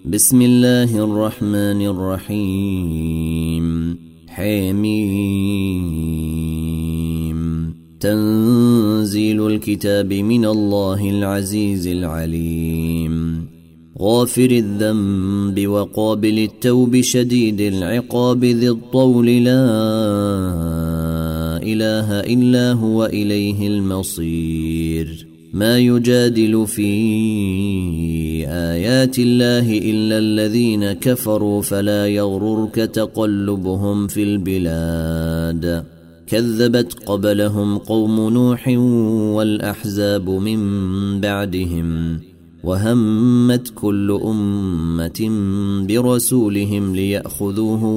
بسم الله الرحمن الرحيم. حميم. تنزيل الكتاب من الله العزيز العليم. غافر الذنب وقابل التوب شديد العقاب ذي الطول لا إله إلا هو إليه المصير. ما يجادل في آيات الله إلا الذين كفروا فلا يغررك تقلبهم في البلاد. كذبت قبلهم قوم نوح والأحزاب من بعدهم وهمت كل أمة برسولهم ليأخذوه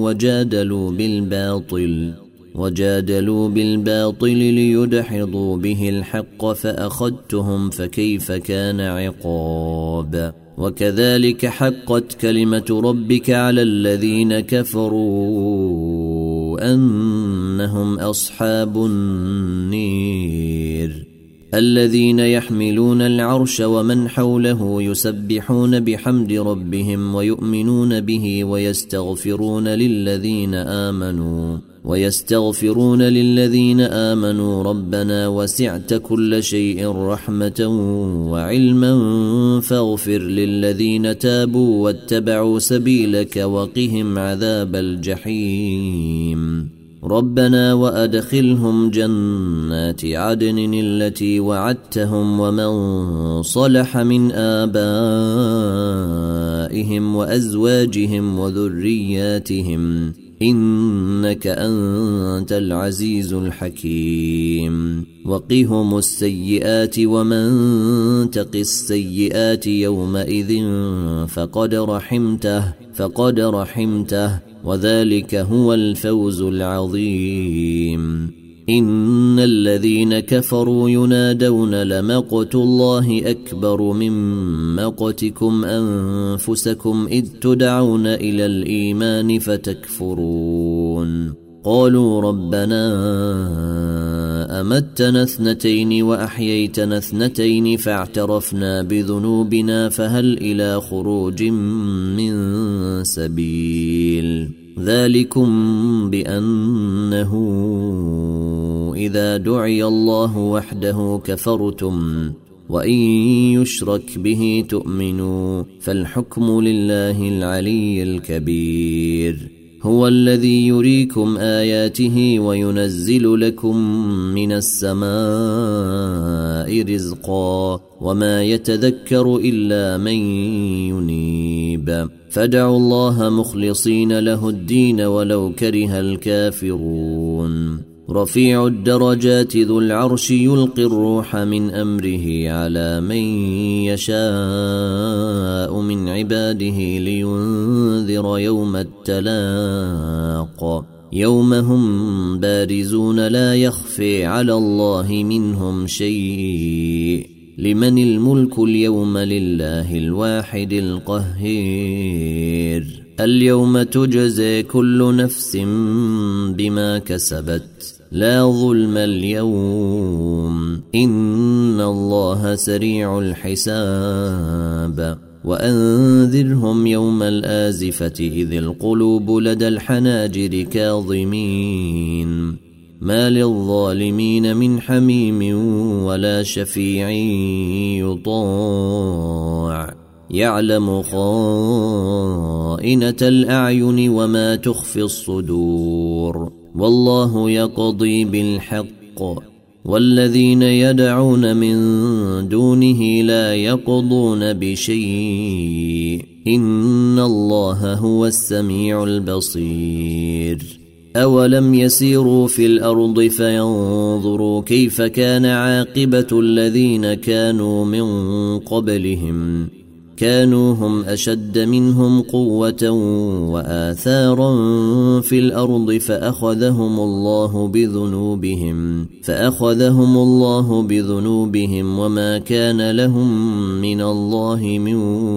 وجادلوا بالباطل ليدحضوا به الحق فأخذتهم فكيف كان عقاب. وكذلك حقت كلمة ربك على الذين كفروا أنهم أصحاب النير. الذين يحملون العرش ومن حوله يسبحون بحمد ربهم ويؤمنون به ويستغفرون للذين آمنوا ربنا وسعت كل شيء رحمة وعلما فاغفر للذين تابوا واتبعوا سبيلك وقهم عذاب الجحيم. ربنا وأدخلهم جنات عدن التي وعدتهم ومن صلح من آبائهم وأزواجهم وذرياتهم إنك أنت العزيز الحكيم. وقهم السيئات ومن تق السيئات يومئذ فقد رحمته وذلك هو الفوز العظيم. إن الذين كفروا ينادون لمقت الله أكبر من مقتكم أنفسكم إذ تدعون إلى الإيمان فتكفرون. قالوا ربنا أمتنا 2 وأحييتنا 2 فاعترفنا بذنوبنا فهل إلى خروج من سبيل. ذلكم بأنه إذا دعي الله وحده كفرتم وإن يشرك به تؤمنوا فالحكم لله العلي الكبير. هو الذي يريكم آياته وينزل لكم من السماء رزقا وما يتذكر إلا من ينيب. فادعوا الله مخلصين له الدين ولو كره الكافرون. رفيع الدرجات ذو العرش يلقي الروح من أمره على من يشاء من عباده لينذر يوم التلاق. يوم هم بارزون لا يخفي على الله منهم شيء. لمن الملك اليوم لله الواحد القهير. اليوم تجزي كل نفس بما كسبت لا ظلم اليوم إن الله سريع الحساب. وأنذرهم يوم الآزفة إذ القلوب لدى الحناجر كاظمين ما للظالمين من حميم ولا شفيع يطاع. يعلم خائنة الأعين وما تخفي الصدور والله يقضي بالحق والذين يدعون من دونه لا يقضون بشيء إن الله هو السميع البصير. أولم يسيروا في الأرض فينظروا كيف كان عاقبة الذين كانوا من قبلهم كانوا هم أشد منهم قوة وآثارا في الأرض فأخذهم الله بذنوبهم وما كان لهم من الله من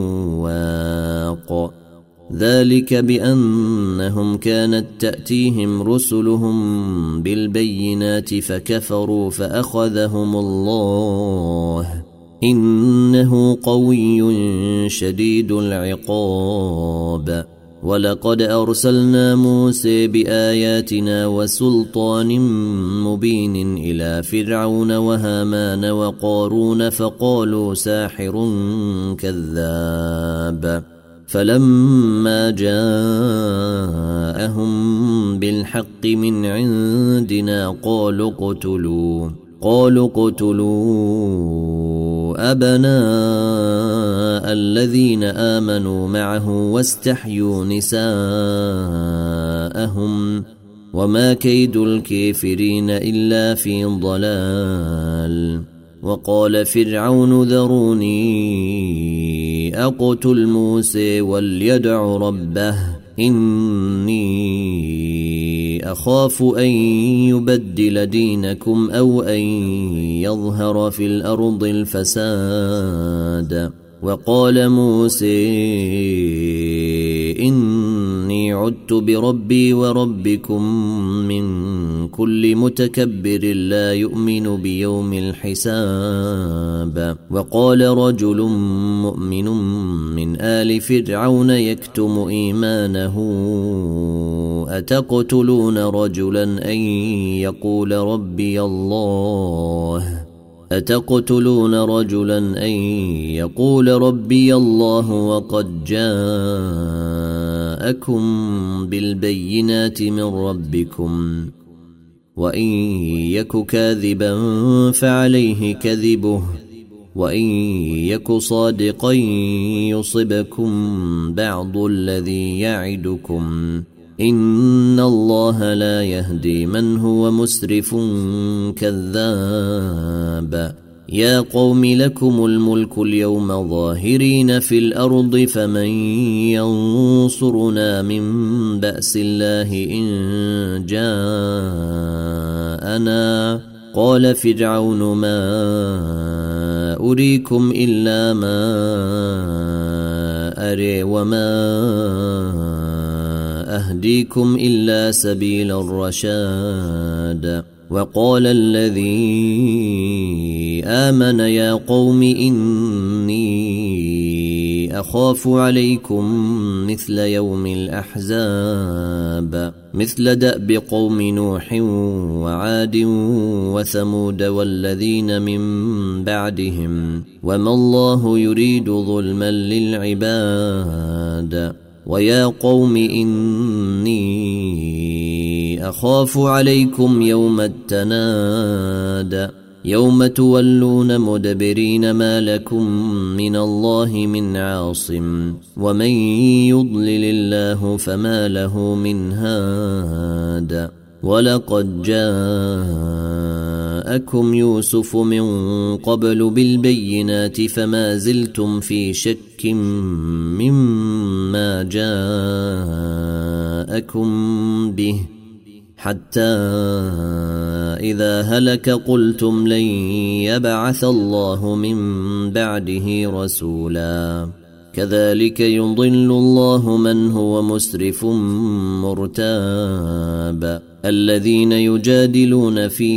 واق. ذلك بأنهم كانت تأتيهم رسلهم بالبينات فكفروا فأخذهم الله إنه قوي شديد العقاب ولقد أرسلنا موسى بآياتنا وسلطان مبين إلى فرعون وهامان وقارون فقالوا ساحر كذاب فلما جاءهم بالحق من عندنا قالوا اقتلوا أبناء الذين آمنوا معه واستحيوا نساءهم وما كيد الكافرين إلا في ضلال وقال فرعون ذروني أقتل موسى وليدع ربه إني أخاف أن يبدل دينكم أو أن يظهر في الأرض الفساد وقال موسى إني عدت بربي وربكم من كل متكبر لا يؤمن بيوم الحساب وقال رجل مؤمن من آل فرعون يكتم إيمانه أتقتلون رجلا أن يقول ربي الله وقد جاءكم بالبينات من ربكم وإن يك كاذبا فعليه كذبه وإن يك صادقا يصبكم بعض الذي يعدكم إن الله لا يهدي من هو مسرف كذاب يا قوم لكم الملك اليوم ظاهرين في الأرض فمن ينصرنا من بأس الله إن جاءنا قال فرعون ما أريكم إلا ما أري وما أهديكم إلا سبيل الرشاد وقال الذي آمن يا قوم إني أخاف عليكم مثل يوم الأحزاب مثل دأب قوم نوح وعاد وثمود والذين من بعدهم وما الله يريد ظلما للعباد ويا قوم إني أخاف عليكم يوم التناد يوم تولون مدبرين ما لكم من الله من عاصم ومن يضلل الله فما له من هاد ولقد جاءكم يوسف من قبل بالبينات فما زلتم في شك مما جاءكم به حتى إذا هلك قلتم لن يبعث الله من بعده رسولا كذلك يضل الله من هو مسرف مرتاب الذين يجادلون في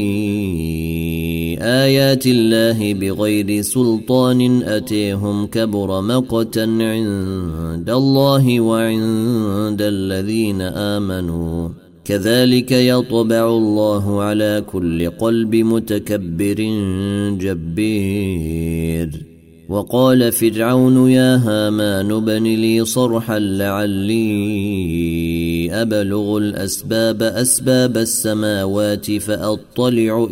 آيات الله بغير سلطان أتيهم كبر مقتا عند الله وعند الذين آمنوا كذلك يطبع الله على كل قلب متكبر جبير وقال فرعون يا هامان ابن لي صرحا لعلي أبلغ أسباب السماوات فأطلع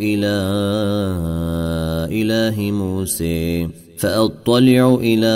إلى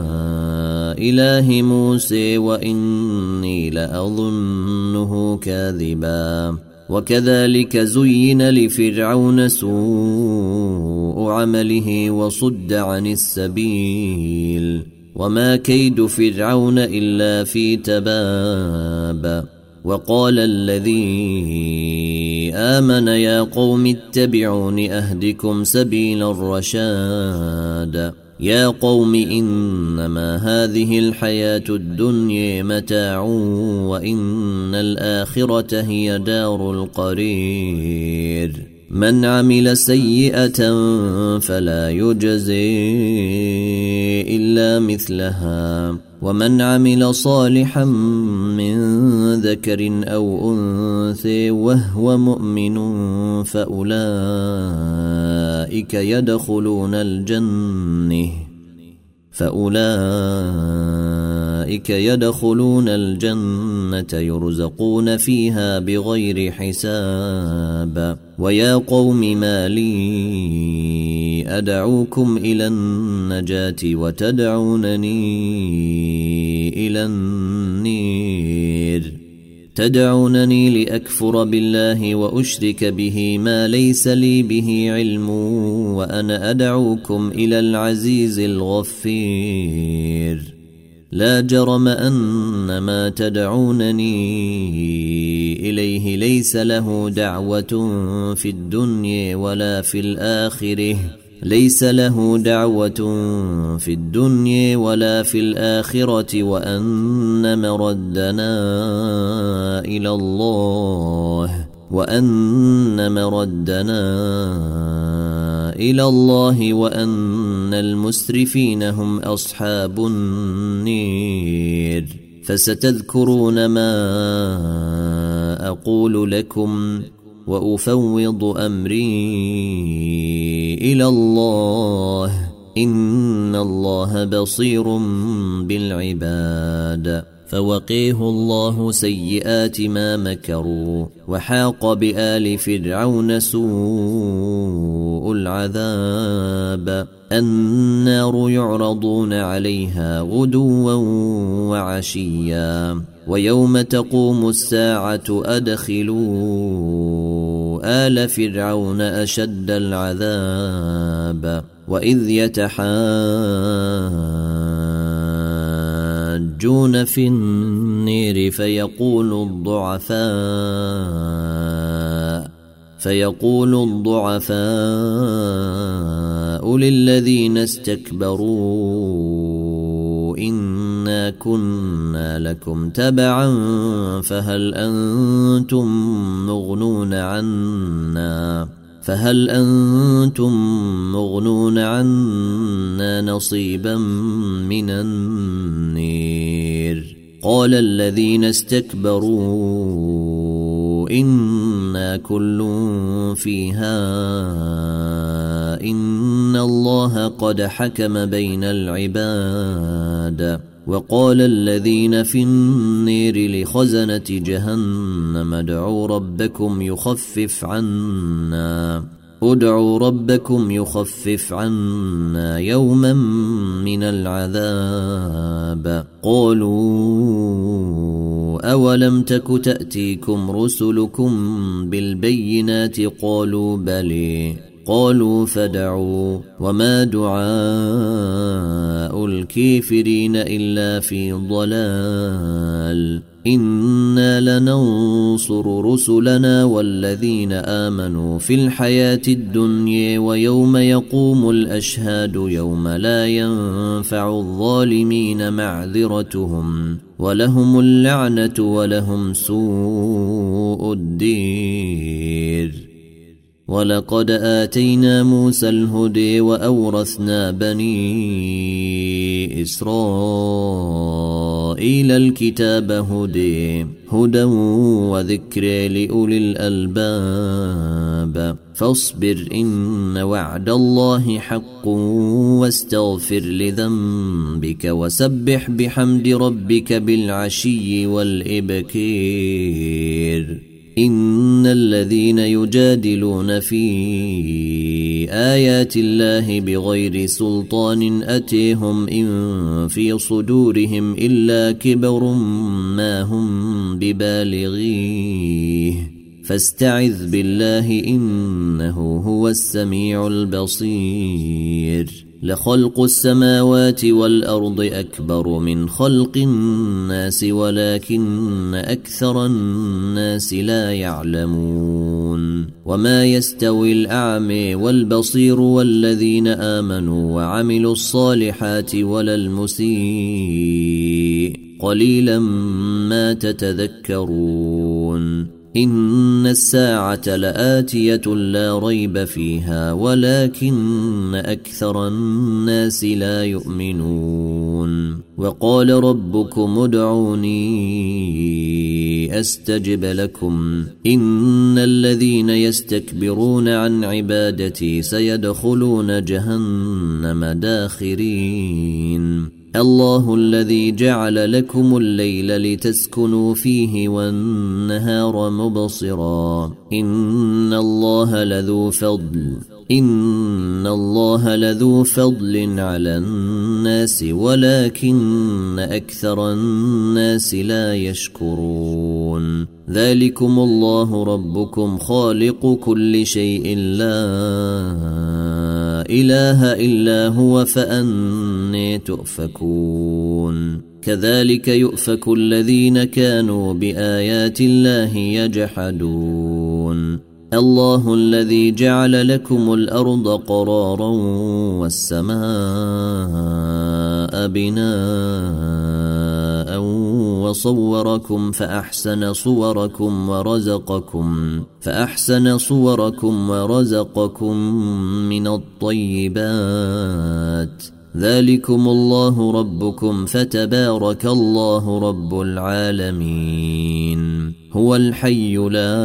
إله موسى وإني لأظنه كاذبا وكذلك زين لفرعون سوء عمله وصد عن السبيل وما كيد فرعون إلا في تباب وقال الذي آمن يا قوم اتبعون أهدكم سبيل الرشاد يا قوم إنما هذه الحياة الدنيا متاع وإن الآخرة هي دار القرير من عمل سيئة فلا يجزي إلا مثلها ومن عمل صالحا من ذكر أو أنثى وهو مؤمن فأولئك يدخلون الجنة يرزقون فيها بغير حساب. ويا قوم ما لي أدعوكم إلى النجاة وتدعونني إلى النير تدعونني لأكفر بالله وأشرك به ما ليس لي به علم وأنا أدعوكم إلى العزيز الغفير. لا جرم أن ما تدعونني إليه ليس له دعوة في الدنيا ولا في الآخرة وأن مردنا إلى الله وأن المسرفين هم أصحاب النير. فستذكرون ما أقول لكم وأفوض أمري إلى الله إن الله بصير بالعباد. فوقيه الله سيئات ما مكروا وحاق بآل فرعون سوء العذاب. النار يعرضون عليها غدوا وعشيا ويوم تقوم الساعة أدخلوا آل فرعون أشد العذاب. وإذ يتحاجون في النير فيقول الضعفاء للذين استكبروا إنا كنا لكم تبعا فهل أنتم مغنون عنا نصيبا من النير. قال الذين استكبروا إنا كل فيها إن الله قد حكم بين العباد. وقال الذين في النير لخزنة جهنم ادعوا ربكم يخفف عنا يوما من العذاب. قالوا أولم تك تأتيكم رسلكم بالبينات قالوا بلى قالوا فادعوا وما دعاء الكافرين إلا في ضلال. إنا لننصر رسلنا والذين آمنوا في الحياة الدنيا ويوم يقوم الأشهاد يوم لا ينفع الظالمين معذرتهم ولهم اللعنة ولهم سوء الدير. ولقد آتينا موسى الهدى وأورثنا بني إسرائيل الكتاب هدى وذكر لأولي الألباب. فاصبر إن وعد الله حق واستغفر لذنبك وسبح بحمد ربك بالعشي والإبكار. إن الذين يجادلون في آيات الله بغير سلطان أتيهم إن في صدورهم إلا كبر ما هم ببالغيه فاستعذ بالله إنه هو السميع البصير. لخلق السماوات والأرض أكبر من خلق الناس ولكن أكثر الناس لا يعلمون. وما يستوي الأعمى والبصير والذين آمنوا وعملوا الصالحات ولا المسيء قليلا ما تتذكرون. إن الساعة لآتية لا ريب فيها ولكن أكثر الناس لا يؤمنون وقال ربكم ادعوني أستجب لكم إن الذين يستكبرون عن عبادتي سيدخلون جهنم داخرين الله الذي جعل لكم الليل لتسكنوا فيه والنهار مبصرا إن الله لذو فضل على الناس ولكن أكثر الناس لا يشكرون ذلكم الله ربكم خالق كل شيء لا إله إلا هو فأني تؤفكون كذلك يؤفك الذين كانوا بآيات الله يجحدون الله الذي جعل لكم الأرض قرارا والسماء بناء وصوركم فأحسن صوركم ورزقكم من الطيبات ذلكم الله ربكم فتبارك الله رب العالمين هو الحي لا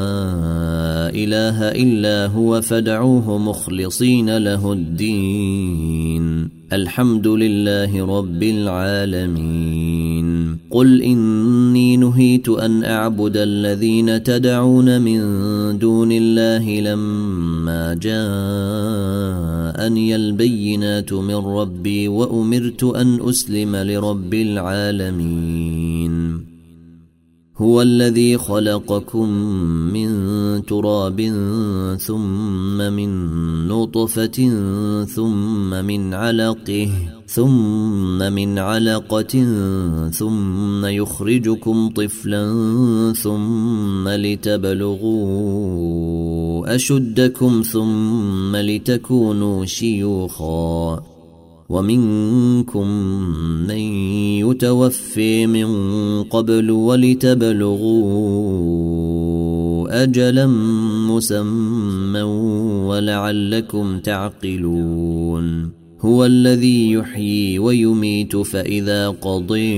إله إلا هو فادعوه مخلصين له الدين الحمد لله رب العالمين قل إني نهيت أن أعبد الذين تدعون من دون الله لما جاءني البينات من ربي وأمرت أن أسلم لرب العالمين هو الذي خلقكم من تراب ثم من نطفة ثم من علقة ثم يخرجكم طفلا ثم لتبلغوا أشدكم ثم لتكونوا شيوخا ومنكم من يتوفي من قبل ولتبلغوا أجلا مسمى ولعلكم تعقلون هو الذي يحيي ويميت فإذا قضي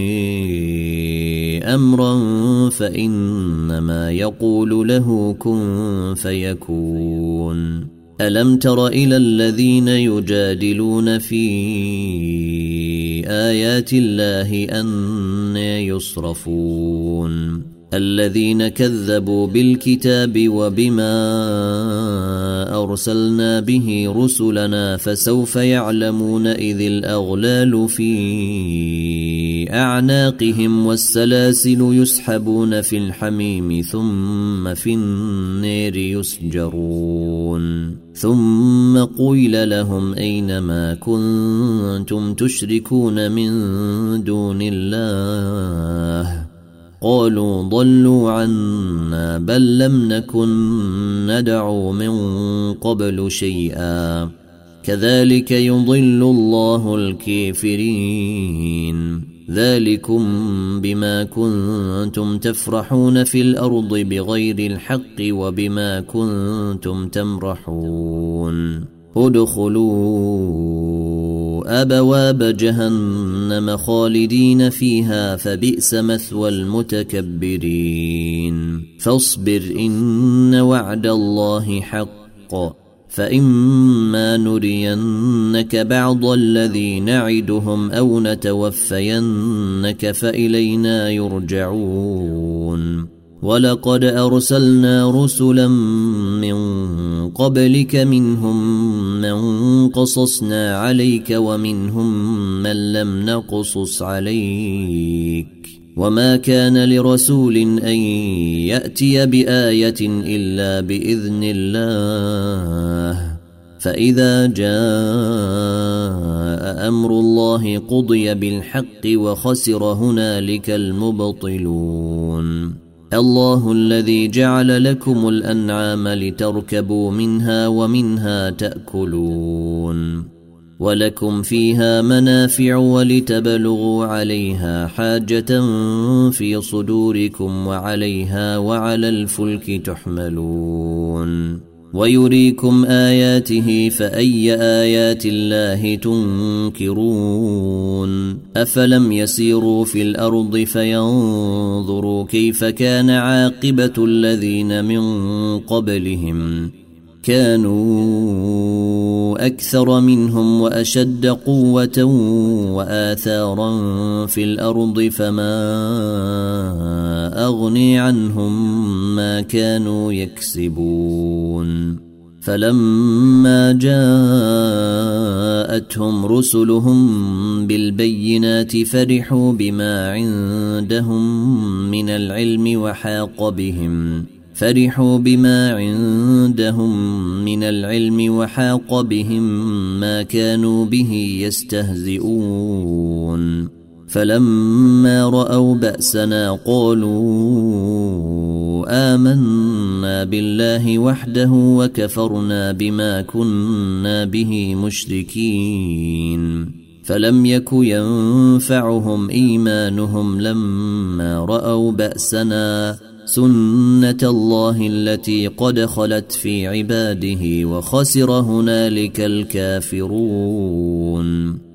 أمرا فإنما يقول له كن فيكون ألم تر إلى الذين يجادلون في آيات الله أن يصرفون الذين كذبوا بالكتاب وبما أرسلنا به رسلنا فسوف يعلمون إذ الأغلال في أعناقهم والسلاسل يسحبون في الحميم ثم في النار يسجرون ثم قيل لهم أين ما كنتم تشركون من دون الله قالوا ضلوا عنا بل لم نكن ندعو من قبل شيئا كذلك يضل الله الكافرين ذلكم بما كنتم تفرحون في الأرض بغير الحق وبما كنتم تمرحون ادخلوا أبواب جهنم خالدين فيها فبئس مثوى المتكبرين فاصبر إن وعد الله حق فإما نرينك بعض الذي نعدهم أو نتوفينك فإلينا يرجعون ولقد أرسلنا رسلا من قبلك منهم من قصصنا عليك ومنهم من لم نقصص عليك وما كان لرسول أن يأتي بآية إلا بإذن الله فإذا جاء أمر الله قضي بالحق وخسر هنالك المبطلون الله الذي جعل لكم الأنعام لتركبوا منها ومنها تأكلون ولكم فيها منافع ولتبلغوا عليها حاجة في صدوركم وعليها وعلى الفلك تحملون ويريكم آياته فأي آيات الله تنكرون أفلم يسيروا في الأرض فينظروا كيف كان عاقبة الذين من قبلهم كانوا أكثر منهم وأشد قوة وآثارا في الأرض فما أغني عنهم ما كانوا يكسبون فلما جاءتهم رسلهم بالبينات فرحوا بما عندهم من العلم وحاق بهم ما كانوا به يستهزئون فلما رأوا بأسنا قالوا آمنا بالله وحده وكفرنا بما كنا به مشركين فلم يك ينفعهم إيمانهم لما رأوا بأسنا سنة الله التي قد خلت في عباده وخسر هنالك الكافرون